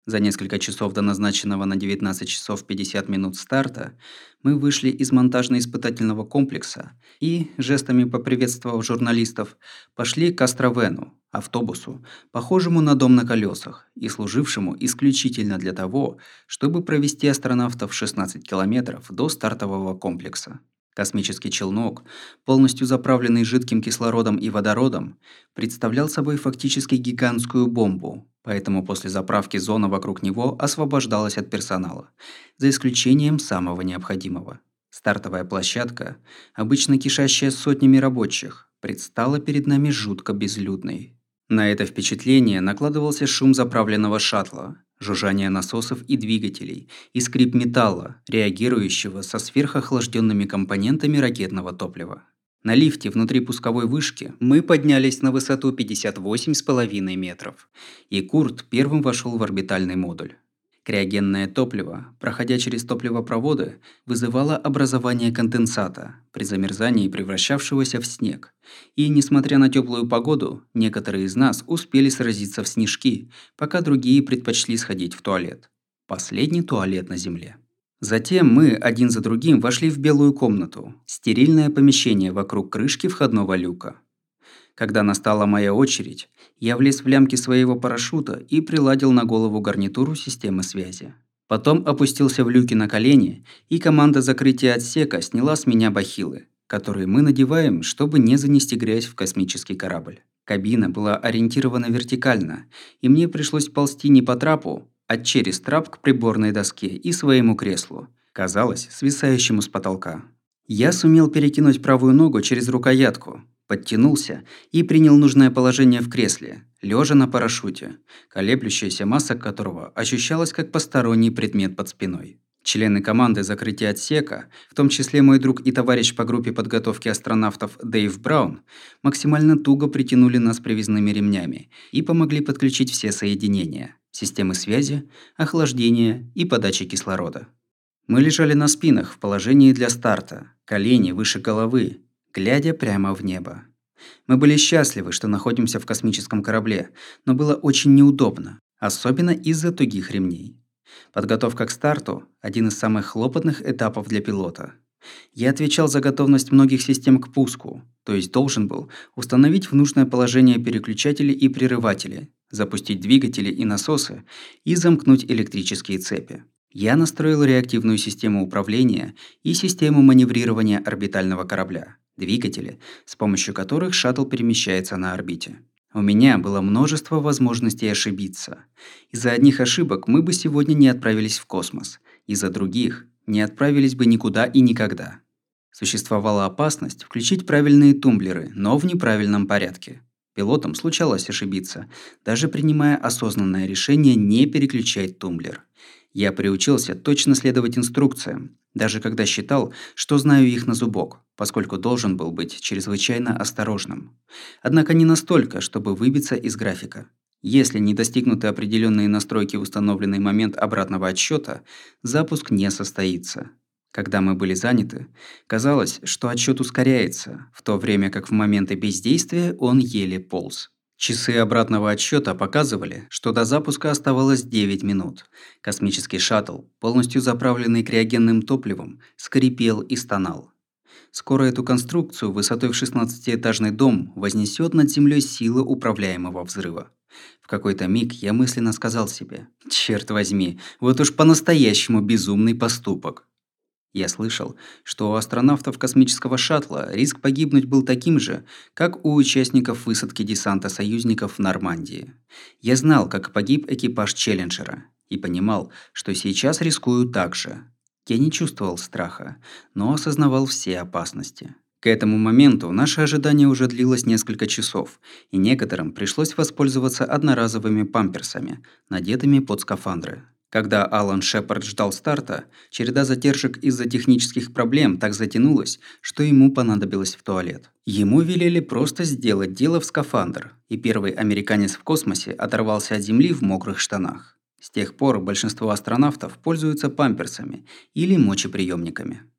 За несколько часов до назначенного на девятнадцать часов пятьдесят минут старта мы вышли из монтажно-испытательного комплекса и, жестами поприветствовав журналистов, пошли к Островену, автобусу, похожему на дом на колесах и служившему исключительно для того, чтобы провести астронавтов шестнадцать километров до стартового комплекса. Космический челнок, полностью заправленный жидким кислородом и водородом, представлял собой фактически гигантскую бомбу, поэтому после заправки зона вокруг него освобождалась от персонала, за исключением самого необходимого. Стартовая площадка, обычно кишащая сотнями рабочих, предстала перед нами жутко безлюдной. На это впечатление накладывался шум заправленного шаттла, жужжание насосов и двигателей и скрип металла, реагирующего со сверхохлажденными компонентами ракетного топлива. На лифте внутри пусковой вышки мы поднялись на высоту пятьдесят восемь с половиной метров, и Курт первым вошел в орбитальный модуль. Криогенное топливо, проходя через топливопроводы, вызывало образование конденсата, при замерзании превращавшегося в снег. И, несмотря на теплую погоду, некоторые из нас успели сразиться в снежки, пока другие предпочли сходить в туалет. Последний туалет на Земле. Затем мы один за другим вошли в белую комнату, стерильное помещение вокруг крышки входного люка. Когда настала моя очередь, я влез в лямки своего парашюта и приладил на голову гарнитуру системы связи. Потом опустился в люки на колени, и команда закрытия отсека сняла с меня бахилы, которые мы надеваем, чтобы не занести грязь в космический корабль. Кабина была ориентирована вертикально, и мне пришлось ползти не по трапу, а через трап к приборной доске и своему креслу, казалось, свисающему с потолка. Я сумел перекинуть правую ногу через рукоятку, подтянулся и принял нужное положение в кресле, лежа на парашюте, колеблющаяся масса которого ощущалась как посторонний предмет под спиной. Члены команды закрытия отсека, в том числе мой друг и товарищ по группе подготовки астронавтов Дэйв Браун, максимально туго притянули нас привязными ремнями и помогли подключить все соединения – системы связи, охлаждения и подачи кислорода. Мы лежали на спинах в положении для старта, колени выше головы, глядя прямо в небо. Мы были счастливы, что находимся в космическом корабле, но было очень неудобно, особенно из-за тугих ремней. Подготовка к старту – один из самых хлопотных этапов для пилота. Я отвечал за готовность многих систем к пуску, то есть должен был установить в нужное положение переключатели и прерыватели, запустить двигатели и насосы и замкнуть электрические цепи. Я настроил реактивную систему управления и систему маневрирования орбитального корабля, двигатели, с помощью которых шаттл перемещается на орбите. У меня было множество возможностей ошибиться. Из-за одних ошибок мы бы сегодня не отправились в космос, из-за других не отправились бы никуда и никогда. Существовала опасность включить правильные тумблеры, но в неправильном порядке. Пилотам случалось ошибиться, даже принимая осознанное решение не переключать тумблер. Я приучился точно следовать инструкциям, даже когда считал, что знаю их на зубок, поскольку должен был быть чрезвычайно осторожным. Однако не настолько, чтобы выбиться из графика. Если не достигнуты определенные настройки в установленный момент обратного отсчета, запуск не состоится. Когда мы были заняты, казалось, что отсчет ускоряется, в то время как в моменты бездействия он еле полз. Часы обратного отсчета показывали, что до запуска оставалось девять минут. Космический шаттл, полностью заправленный криогенным топливом, скрипел и стонал. Скоро эту конструкцию высотой в шестнадцатиэтажный дом вознесет над землей сила управляемого взрыва. В какой-то миг я мысленно сказал себе: «Черт возьми, вот уж по-настоящему безумный поступок». Я слышал, что у астронавтов космического шаттла риск погибнуть был таким же, как у участников высадки десанта союзников в Нормандии. Я знал, как погиб экипаж Челленджера, и понимал, что сейчас рискую так же. Я не чувствовал страха, но осознавал все опасности. К этому моменту наше ожидание уже длилось несколько часов, и некоторым пришлось воспользоваться одноразовыми памперсами, надетыми под скафандры. Когда Алан Шепард ждал старта, череда задержек из-за технических проблем так затянулась, что ему понадобилось в туалет. Ему велели просто сделать дело в скафандр, и первый американец в космосе оторвался от земли в мокрых штанах. С тех пор большинство астронавтов пользуются памперсами или мочеприемниками.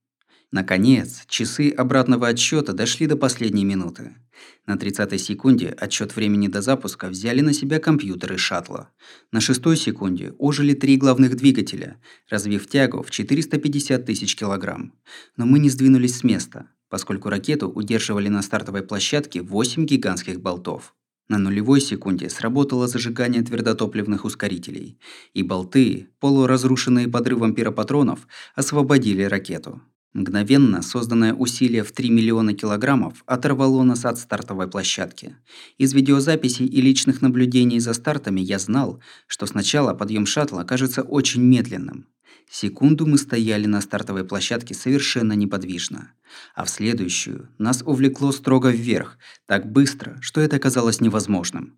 Наконец, часы обратного отсчета дошли до последней минуты. На тридцатой секунде отсчет времени до запуска взяли на себя компьютеры шаттла. На шестой секунде ожили три главных двигателя, развив тягу в четыреста пятьдесят тысяч килограмм. Но мы не сдвинулись с места, поскольку ракету удерживали на стартовой площадке восемь гигантских болтов. На нулевой секунде сработало зажигание твердотопливных ускорителей, и болты, полуразрушенные подрывом пиропатронов, освободили ракету. Мгновенно созданное усилие в три миллиона килограммов оторвало нас от стартовой площадки. Из видеозаписей и личных наблюдений за стартами я знал, что сначала подъем шаттла кажется очень медленным. Секунду мы стояли на стартовой площадке совершенно неподвижно, а в следующую нас увлекло строго вверх, так быстро, что это казалось невозможным.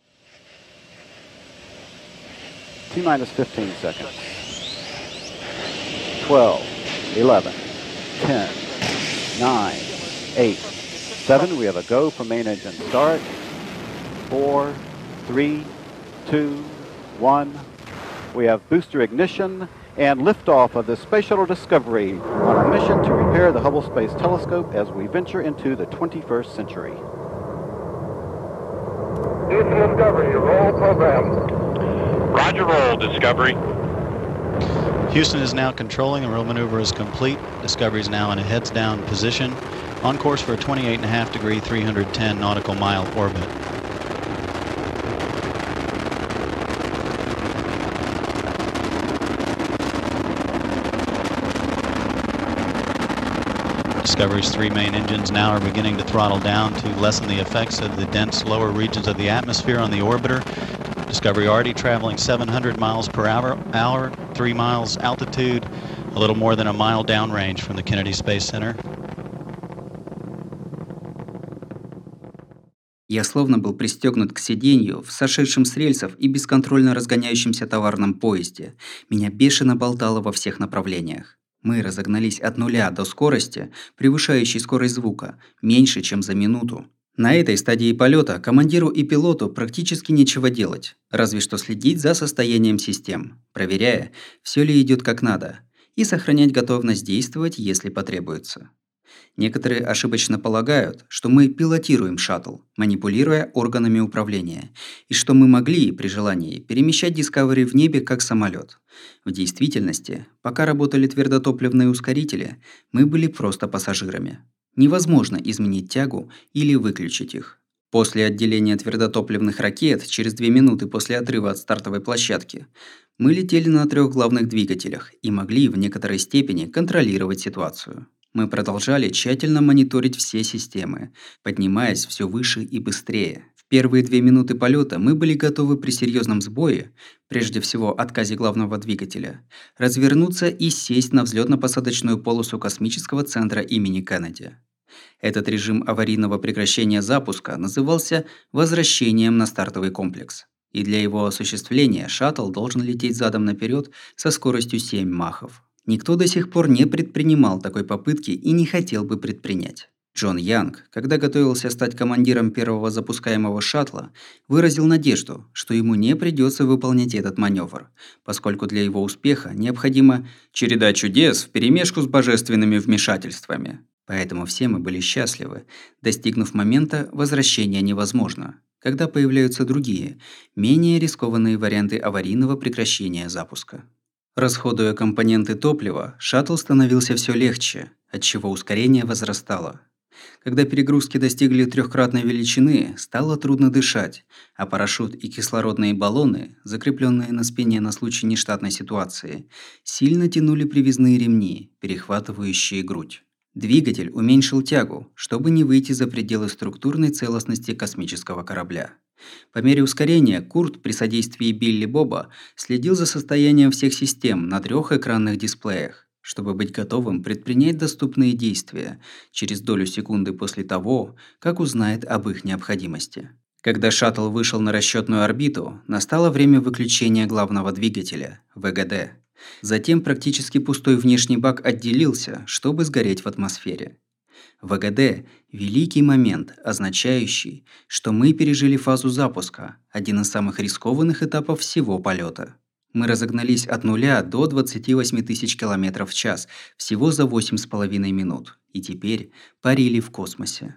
T-minus fifteen seconds. twelve, eleven, ten, nine, eight, seven. We have a go for main engine start. four, three, two, one. We have booster ignition and liftoff of the Space Shuttle Discovery on a mission to repair the Hubble Space Telescope as we venture into the twenty-first century. Houston Discovery, roll program. Roger, roll, Discovery. Houston is now controlling, and roll maneuver is complete. Discovery is now in a heads-down position, on course for a twenty-eight and a half degree, three hundred ten nautical mile orbit. Discovery's three main engines now are beginning to throttle down to lessen the effects of the dense lower regions of the atmosphere on the orbiter. Discovery already traveling seven hundred miles per hour, hour, three miles altitude, a little more than a mile downrange from the Kennedy Space Center. Я словно был пристегнут к сиденью в сошедшем с рельсов и бесконтрольно разгоняющемся товарном поезде. Меня бешено болтало во всех направлениях. Мы разогнались от нуля до скорости, превышающей скорость звука, меньше, чем за минуту. На этой стадии полета командиру и пилоту практически нечего делать, разве что следить за состоянием систем, проверяя, все ли идет как надо, и сохранять готовность действовать, если потребуется. Некоторые ошибочно полагают, что мы пилотируем шаттл, манипулируя органами управления, и что мы могли, при желании, перемещать Discovery в небе как самолет. В действительности, пока работали твердотопливные ускорители, мы были просто пассажирами. Невозможно изменить тягу или выключить их. После отделения твердотопливных ракет, через две минуты после отрыва от стартовой площадки, мы летели на трех главных двигателях и могли в некоторой степени контролировать ситуацию. Мы продолжали тщательно мониторить все системы, поднимаясь все выше и быстрее. В первые две минуты полета мы были готовы при серьезном сбое, прежде всего отказе главного двигателя, развернуться и сесть на взлетно-посадочную полосу космического центра имени Кеннеди. Этот режим аварийного прекращения запуска назывался «возвращением на стартовый комплекс», и для его осуществления шаттл должен лететь задом наперед со скоростью семь махов. Никто до сих пор не предпринимал такой попытки и не хотел бы предпринять. Джон Янг, когда готовился стать командиром первого запускаемого шаттла, выразил надежду, что ему не придется выполнять этот маневр, поскольку для его успеха необходима череда чудес вперемешку с божественными вмешательствами. Поэтому все мы были счастливы, достигнув момента «возвращения невозможно», когда появляются другие, менее рискованные варианты аварийного прекращения запуска. Расходуя компоненты топлива, шаттл становился все легче, отчего ускорение возрастало. Когда перегрузки достигли трехкратной величины, стало трудно дышать, а парашют и кислородные баллоны, закрепленные на спине на случай нештатной ситуации, сильно тянули привязные ремни, перехватывающие грудь. Двигатель уменьшил тягу, чтобы не выйти за пределы структурной целостности космического корабля. По мере ускорения Курт при содействии Билли Боба следил за состоянием всех систем на трех экранных дисплеях, чтобы быть готовым предпринять доступные действия через долю секунды после того, как узнает об их необходимости. Когда шаттл вышел на расчетную орбиту, настало время выключения главного двигателя – вэ гэ дэ. Затем практически пустой внешний бак отделился, чтобы сгореть в атмосфере. вэ гэ дэ – великий момент, означающий, что мы пережили фазу запуска, один из самых рискованных этапов всего полета. Мы разогнались от нуля до двадцати восьми тысяч километров в час всего за восемь с половиной минут и теперь парили в космосе.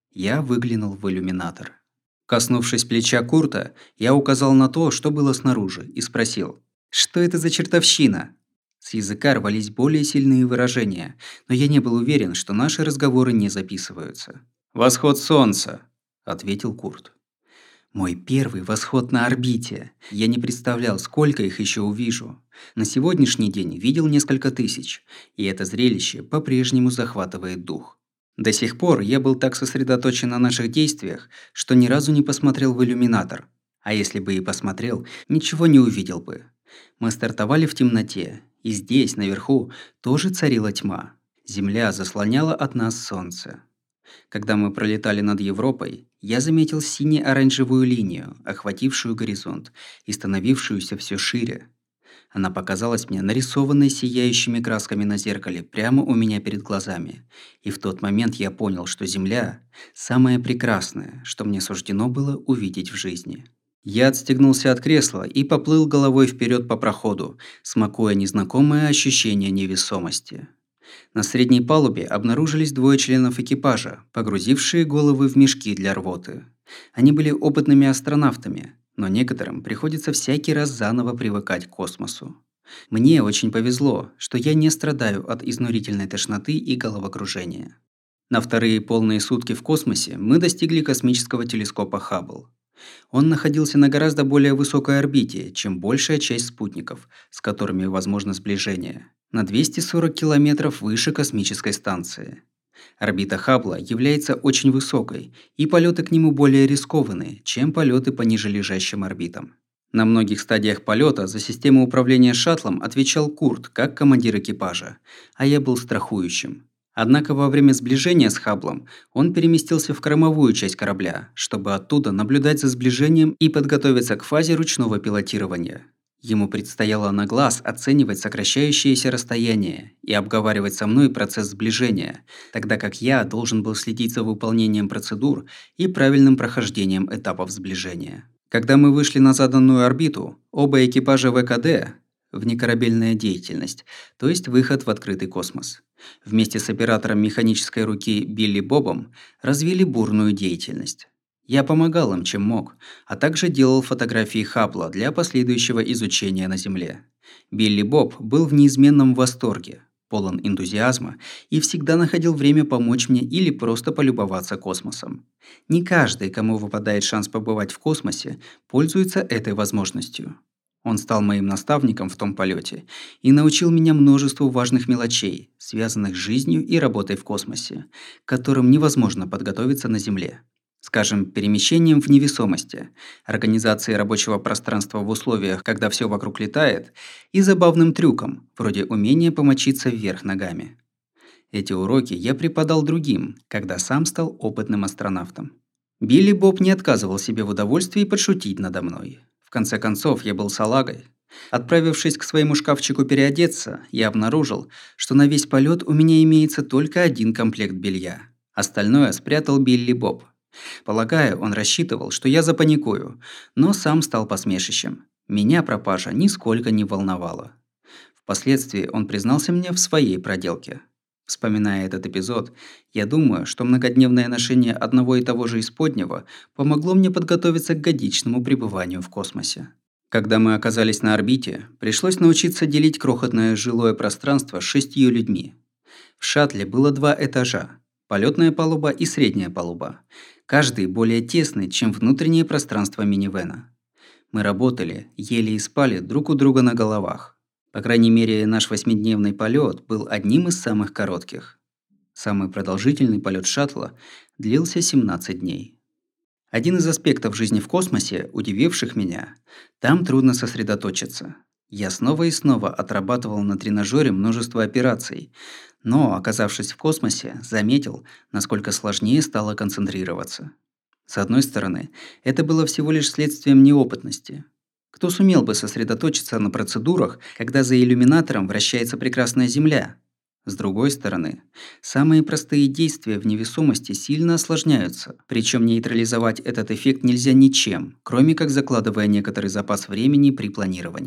Я выглянул в иллюминатор. Коснувшись плеча Курта, я указал на то, что было снаружи, и спросил: «Что это за чертовщина?» С языка рвались более сильные выражения, но я не был уверен, что наши разговоры не записываются. «Восход Солнца», – ответил Курт. Мой первый восход на орбите. Я не представлял, сколько их еще увижу. На сегодняшний день видел несколько тысяч, и это зрелище по-прежнему захватывает дух. До сих пор я был так сосредоточен на наших действиях, что ни разу не посмотрел в иллюминатор. А если бы и посмотрел, ничего не увидел бы. Мы стартовали в темноте, и здесь, наверху, тоже царила тьма. Земля заслоняла от нас солнце. Когда мы пролетали над Европой, я заметил сине-оранжевую линию, охватившую горизонт и становившуюся все шире. Она показалась мне нарисованной сияющими красками на зеркале прямо у меня перед глазами, и в тот момент я понял, что Земля – самое прекрасное, что мне суждено было увидеть в жизни. Я отстегнулся от кресла и поплыл головой вперед по проходу, смакуя незнакомое ощущение невесомости. На средней палубе обнаружились двое членов экипажа, погрузившие головы в мешки для рвоты. Они были опытными астронавтами, но некоторым приходится всякий раз заново привыкать к космосу. Мне очень повезло, что я не страдаю от изнурительной тошноты и головокружения. На вторые полные сутки в космосе мы достигли космического телескопа Хаббл. Он находился на гораздо более высокой орбите, чем большая часть спутников, с которыми возможно сближение, на двести сорок километров выше космической станции. Орбита Хаббла является очень высокой, и полеты к нему более рискованны, чем полеты по нижележащим орбитам. На многих стадиях полета за систему управления шаттлом отвечал Курт, как командир экипажа, а я был страхующим. Однако во время сближения с Хабблом он переместился в кормовую часть корабля, чтобы оттуда наблюдать за сближением и подготовиться к фазе ручного пилотирования. Ему предстояло на глаз оценивать сокращающееся расстояние и обговаривать со мной процесс сближения, тогда как я должен был следить за выполнением процедур и правильным прохождением этапов сближения. Когда мы вышли на заданную орбиту, оба экипажа ВКД – внекорабельная деятельность, то есть выход в открытый космос, вместе с оператором механической руки Билли Бобом развили бурную деятельность. Я помогал им, чем мог, а также делал фотографии Хаббла для последующего изучения на Земле. Билли Боб был в неизменном восторге, полон энтузиазма и всегда находил время помочь мне или просто полюбоваться космосом. Не каждый, кому выпадает шанс побывать в космосе, пользуется этой возможностью. Он стал моим наставником в том полете и научил меня множеству важных мелочей, связанных с жизнью и работой в космосе, к которым невозможно подготовиться на Земле. Скажем, перемещением в невесомости, организацией рабочего пространства в условиях, когда все вокруг летает, и забавным трюком, вроде умения помочиться вверх ногами. Эти уроки я преподал другим, когда сам стал опытным астронавтом. Билли Боб не отказывал себе в удовольствии подшутить надо мной. В конце концов, я был салагой. Отправившись к своему шкафчику переодеться, я обнаружил, что на весь полет у меня имеется только один комплект белья. Остальное спрятал Билли Боб. Полагаю, он рассчитывал, что я запаникую, но сам стал посмешищем. Меня пропажа нисколько не волновала. Впоследствии он признался мне в своей проделке. Вспоминая этот эпизод, я думаю, что многодневное ношение одного и того же исподнего помогло мне подготовиться к годичному пребыванию в космосе. Когда мы оказались на орбите, пришлось научиться делить крохотное жилое пространство с шестью людьми. В шаттле было два этажа – полетная палуба и средняя палуба. Каждый более тесный, чем внутреннее пространство минивэна. Мы работали, ели и спали друг у друга на головах. По крайней мере, наш восьмидневный полет был одним из самых коротких. Самый продолжительный полет шаттла длился семнадцать дней. Один из аспектов жизни в космосе, удививших меня, там трудно сосредоточиться. Я снова и снова отрабатывал на тренажере множество операций, но, оказавшись в космосе, заметил, насколько сложнее стало концентрироваться. С одной стороны, это было всего лишь следствием неопытности. Кто сумел бы сосредоточиться на процедурах, когда за иллюминатором вращается прекрасная Земля? С другой стороны, самые простые действия в невесомости сильно осложняются, причем нейтрализовать этот эффект нельзя ничем, кроме как закладывая некоторый запас времени при планировании.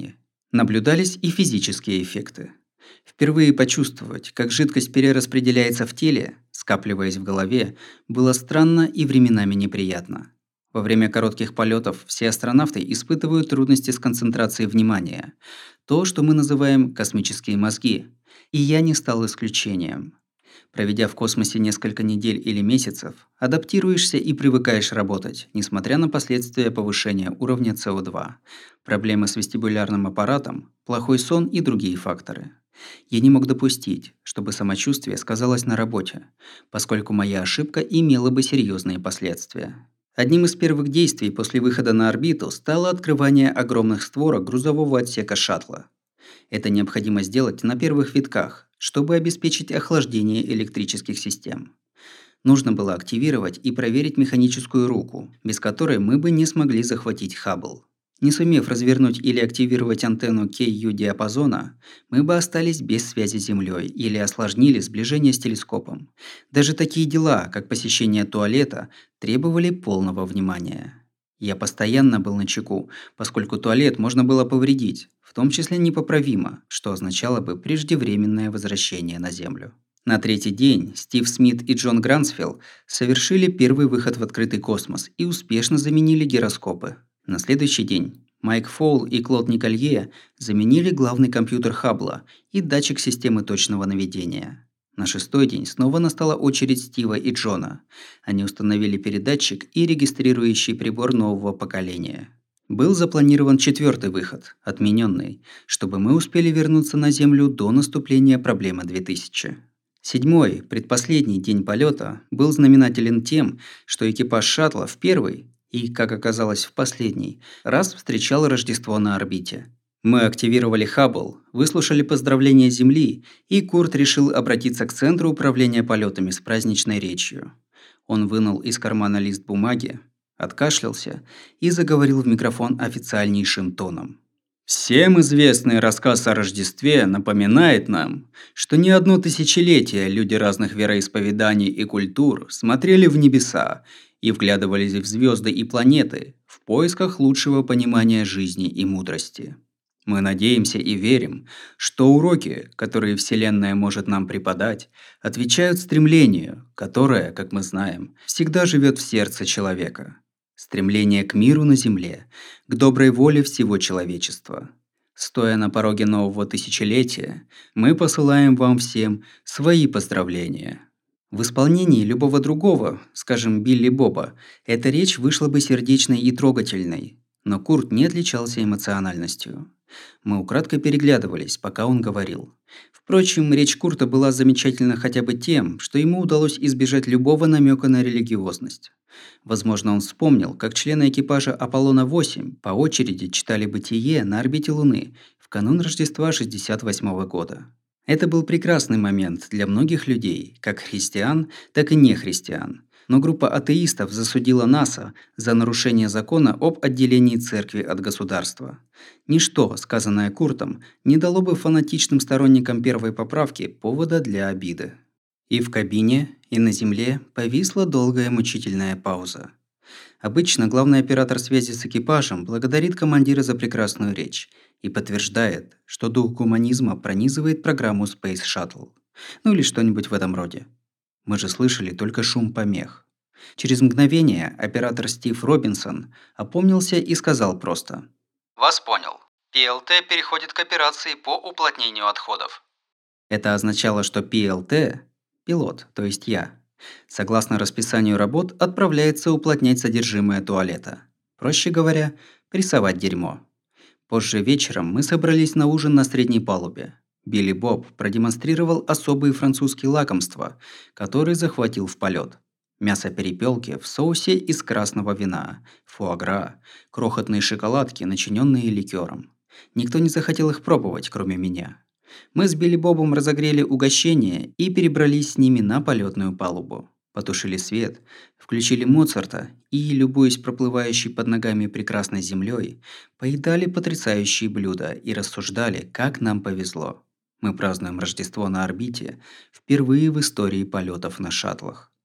Наблюдались и физические эффекты. Впервые почувствовать, как жидкость перераспределяется в теле, скапливаясь в голове, было странно и временами неприятно. Во время коротких полетов все астронавты испытывают трудности с концентрацией внимания, то, что мы называем космические мозги, и я не стал исключением. Проведя в космосе несколько недель или месяцев, адаптируешься и привыкаешь работать, несмотря на последствия повышения уровня С О два, проблемы с вестибулярным аппаратом, плохой сон и другие факторы. Я не мог допустить, чтобы самочувствие сказалось на работе, поскольку моя ошибка имела бы серьезные последствия. Одним из первых действий после выхода на орбиту стало открывание огромных створок грузового отсека шаттла. Это необходимо сделать на первых витках, чтобы обеспечить охлаждение электрических систем. Нужно было активировать и проверить механическую руку, без которой мы бы не смогли захватить Хаббл. Не сумев развернуть или активировать антенну Кей Ю-диапазона, мы бы остались без связи с Землей или осложнили сближение с телескопом. Даже такие дела, как посещение туалета, требовали полного внимания. Я постоянно был начеку, поскольку туалет можно было повредить, в том числе непоправимо, что означало бы преждевременное возвращение на Землю. На третий день Стив Смит и Джон Грансфилл совершили первый выход в открытый космос и успешно заменили гироскопы. На следующий день Майк Фоул и Клод Николье заменили главный компьютер Хаббла и датчик системы точного наведения. На шестой день снова настала очередь Стива и Джона. Они установили передатчик и регистрирующий прибор нового поколения. Был запланирован четвертый выход, отмененный, чтобы мы успели вернуться на Землю до наступления проблемы две тысячи. Седьмой, предпоследний день полета был знаменателен тем, что экипаж шаттла в первый и, как оказалось, в последний раз встречал Рождество на орбите. Мы активировали Хаббл, выслушали поздравления Земли, и Курт решил обратиться к Центру управления полетами с праздничной речью. Он вынул из кармана лист бумаги, откашлялся и заговорил в микрофон официальнейшим тоном. «Всем известный рассказ о Рождестве напоминает нам, что не одно тысячелетие люди разных вероисповеданий и культур смотрели в небеса и вглядывались в звезды и планеты в поисках лучшего понимания жизни и мудрости. Мы надеемся и верим, что уроки, которые Вселенная может нам преподать, отвечают стремлению, которое, как мы знаем, всегда живет в сердце человека. Стремление к миру на Земле, к доброй воле всего человечества. Стоя на пороге нового тысячелетия, мы посылаем вам всем свои поздравления». В исполнении любого другого, скажем, Билли Боба, эта речь вышла бы сердечной и трогательной, но Курт не отличался эмоциональностью. Мы украдкой переглядывались, пока он говорил. Впрочем, речь Курта была замечательна хотя бы тем, что ему удалось избежать любого намека на религиозность. Возможно, он вспомнил, как члены экипажа Аполлона восемь по очереди читали «Бытие» на орбите Луны в канун Рождества шестьдесят восьмого года. Это был прекрасный момент для многих людей, как христиан, так и нехристиан. Но группа атеистов засудила НАСА за нарушение закона об отделении церкви от государства. Ничто, сказанное Куртом, не дало бы фанатичным сторонникам первой поправки повода для обиды. И в кабине, и на Земле повисла долгая мучительная пауза. Обычно главный оператор связи с экипажем благодарит командира за прекрасную речь и подтверждает, что дух гуманизма пронизывает программу Space Shuttle. Ну или что-нибудь в этом роде. Мы же слышали только шум помех. Через мгновение оператор Стив Робинсон опомнился и сказал просто: «Вас понял. Пи Эл Тэ переходит к операции по уплотнению отходов». Это означало, что Пи Эл Тэ, пилот, то есть я, согласно расписанию работ, отправляется уплотнять содержимое туалета. Проще говоря, прессовать дерьмо. Позже вечером мы собрались на ужин на средней палубе. Билли Боб продемонстрировал особые французские лакомства, которые захватил в полет. Мясо перепелки в соусе из красного вина, фуагра, крохотные шоколадки, начиненные ликером. Никто не захотел их пробовать, кроме меня. Мы с Билли Бобом разогрели угощение и перебрались с ними на полетную палубу. Потушили свет, включили Моцарта и, любуясь проплывающей под ногами прекрасной землей, поедали потрясающие блюда и рассуждали, как нам повезло. Мы празднуем Рождество на орбите впервые в истории полетов на шаттлах.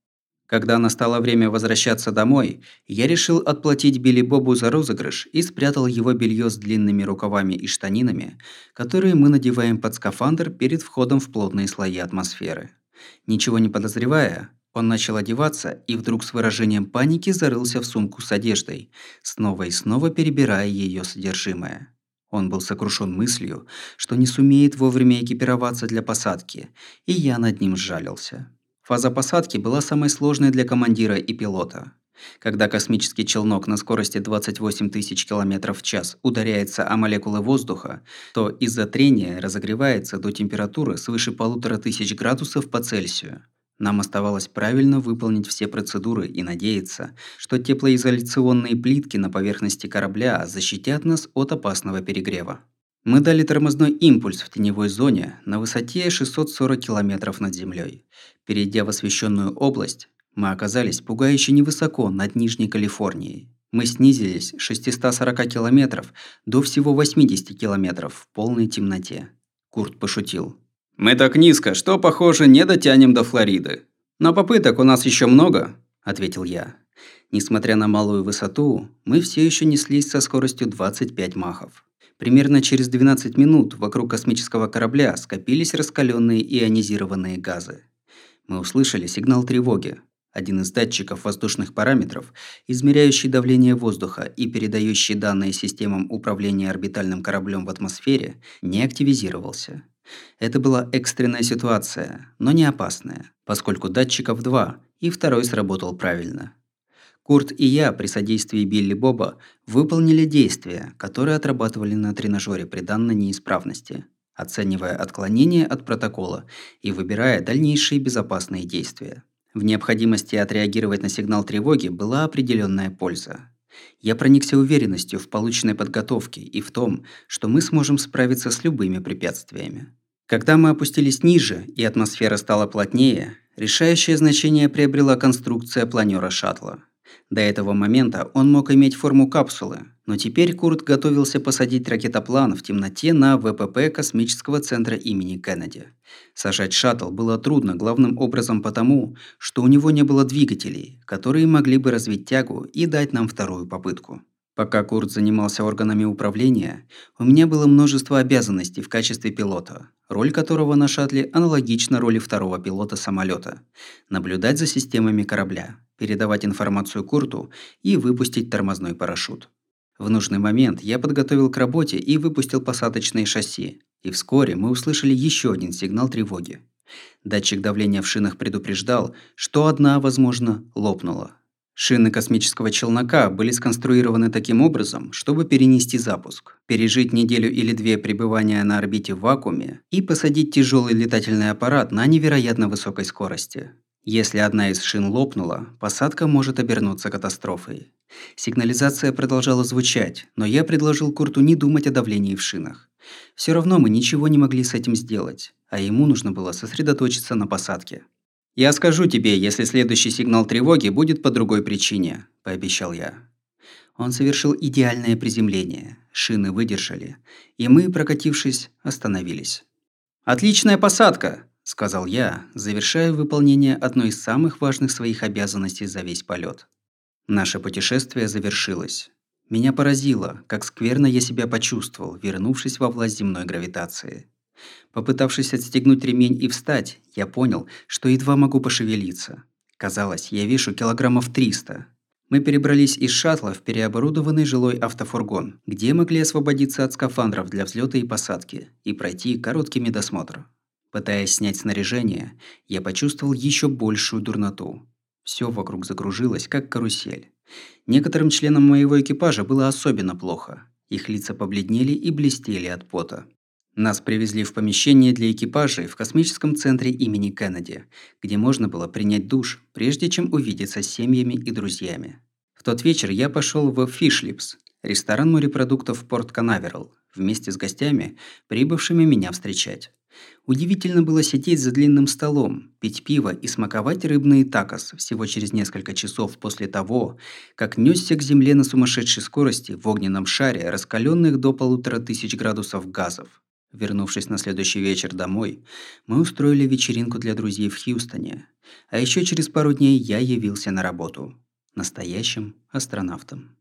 Когда настало время возвращаться домой, я решил отплатить Билли Бобу за розыгрыш и спрятал его белье с длинными рукавами и штанинами, которые мы надеваем под скафандр перед входом в плотные слои атмосферы. Ничего не подозревая, он начал одеваться и вдруг с выражением паники зарылся в сумку с одеждой, снова и снова перебирая ее содержимое. Он был сокрушен мыслью, что не сумеет вовремя экипироваться для посадки, и я над ним сжалился. Фаза посадки была самой сложной для командира и пилота. Когда космический челнок на скорости двадцать восемь тысяч километров в час ударяется о молекулы воздуха, то из-за трения разогревается до температуры свыше полутора тысяч градусов по Цельсию. Нам оставалось правильно выполнить все процедуры и надеяться, что теплоизоляционные плитки на поверхности корабля защитят нас от опасного перегрева. Мы дали тормозной импульс в теневой зоне на высоте шестьсот сорок километров над землей. Перейдя в освещенную область, мы оказались пугающе невысоко над Нижней Калифорнией. Мы снизились с шестисот сорока километров до всего восьмидесяти километров в полной темноте. Курт пошутил. «Мы так низко, что, похоже, не дотянем до Флориды. Но попыток у нас еще много», – ответил я. Несмотря на малую высоту, мы все еще неслись со скоростью двадцать пять махов. Примерно через двенадцать минут вокруг космического корабля скопились раскаленные ионизированные газы. Мы услышали сигнал тревоги. Один из датчиков воздушных параметров, измеряющий давление воздуха и передающий данные системам управления орбитальным кораблем в атмосфере, не активизировался. Это была экстренная ситуация, но не опасная, поскольку датчиков два, и второй сработал правильно. Курт и я при содействии Билли Боба выполнили действия, которые отрабатывали на тренажере при данной неисправности, оценивая отклонения от протокола и выбирая дальнейшие безопасные действия. В необходимости отреагировать на сигнал тревоги была определенная польза. Я проникся уверенностью в полученной подготовке и в том, что мы сможем справиться с любыми препятствиями. Когда мы опустились ниже и атмосфера стала плотнее, решающее значение приобрела конструкция планера шаттла. До этого момента он мог иметь форму капсулы, но теперь Курт готовился посадить ракетоплан в темноте на вэ пэ пэ космического центра имени Кеннеди. Сажать шаттл было трудно главным образом потому, что у него не было двигателей, которые могли бы развить тягу и дать нам вторую попытку. Пока Курт занимался органами управления, у меня было множество обязанностей в качестве пилота, роль которого на шаттле аналогична роли второго пилота самолета: наблюдать за системами корабля, передавать информацию Курту и выпустить тормозной парашют. В нужный момент я подготовил к работе и выпустил посадочные шасси, и вскоре мы услышали еще один сигнал тревоги. Датчик давления в шинах предупреждал, что одна, возможно, лопнула. Шины космического челнока были сконструированы таким образом, чтобы перенести запуск, пережить неделю или две пребывания на орбите в вакууме и посадить тяжелый летательный аппарат на невероятно высокой скорости. Если одна из шин лопнула, посадка может обернуться катастрофой. Сигнализация продолжала звучать, но я предложил Курту не думать о давлении в шинах. Все равно мы ничего не могли с этим сделать, а ему нужно было сосредоточиться на посадке. «Я скажу тебе, если следующий сигнал тревоги будет по другой причине», – пообещал я. Он совершил идеальное приземление, шины выдержали, и мы, прокатившись, остановились. «Отличная посадка!» – сказал я, завершая выполнение одной из самых важных своих обязанностей за весь полет. Наше путешествие завершилось. Меня поразило, как скверно я себя почувствовал, вернувшись во власть земной гравитации. Попытавшись отстегнуть ремень и встать, я понял, что едва могу пошевелиться. Казалось, я вешу килограммов триста. Мы перебрались из шаттла в переоборудованный жилой автофургон, где могли освободиться от скафандров для взлета и посадки и пройти короткий медосмотр. Пытаясь снять снаряжение, я почувствовал еще большую дурноту. Все вокруг закружилось, как карусель. Некоторым членам моего экипажа было особенно плохо. Их лица побледнели и блестели от пота. Нас привезли в помещение для экипажей в космическом центре имени Кеннеди, где можно было принять душ, прежде чем увидеться с семьями и друзьями. В тот вечер я пошел в Фишлипс, ресторан морепродуктов в Порт-Канаверал, вместе с гостями, прибывшими меня встречать. Удивительно было сидеть за длинным столом, пить пиво и смаковать рыбные такос всего через несколько часов после того, как нёсся к земле на сумасшедшей скорости в огненном шаре раскаленных до полутора тысяч градусов газов. Вернувшись на следующий вечер домой, мы устроили вечеринку для друзей в Хьюстоне. А еще через пару дней я явился на работу. Настоящим астронавтом.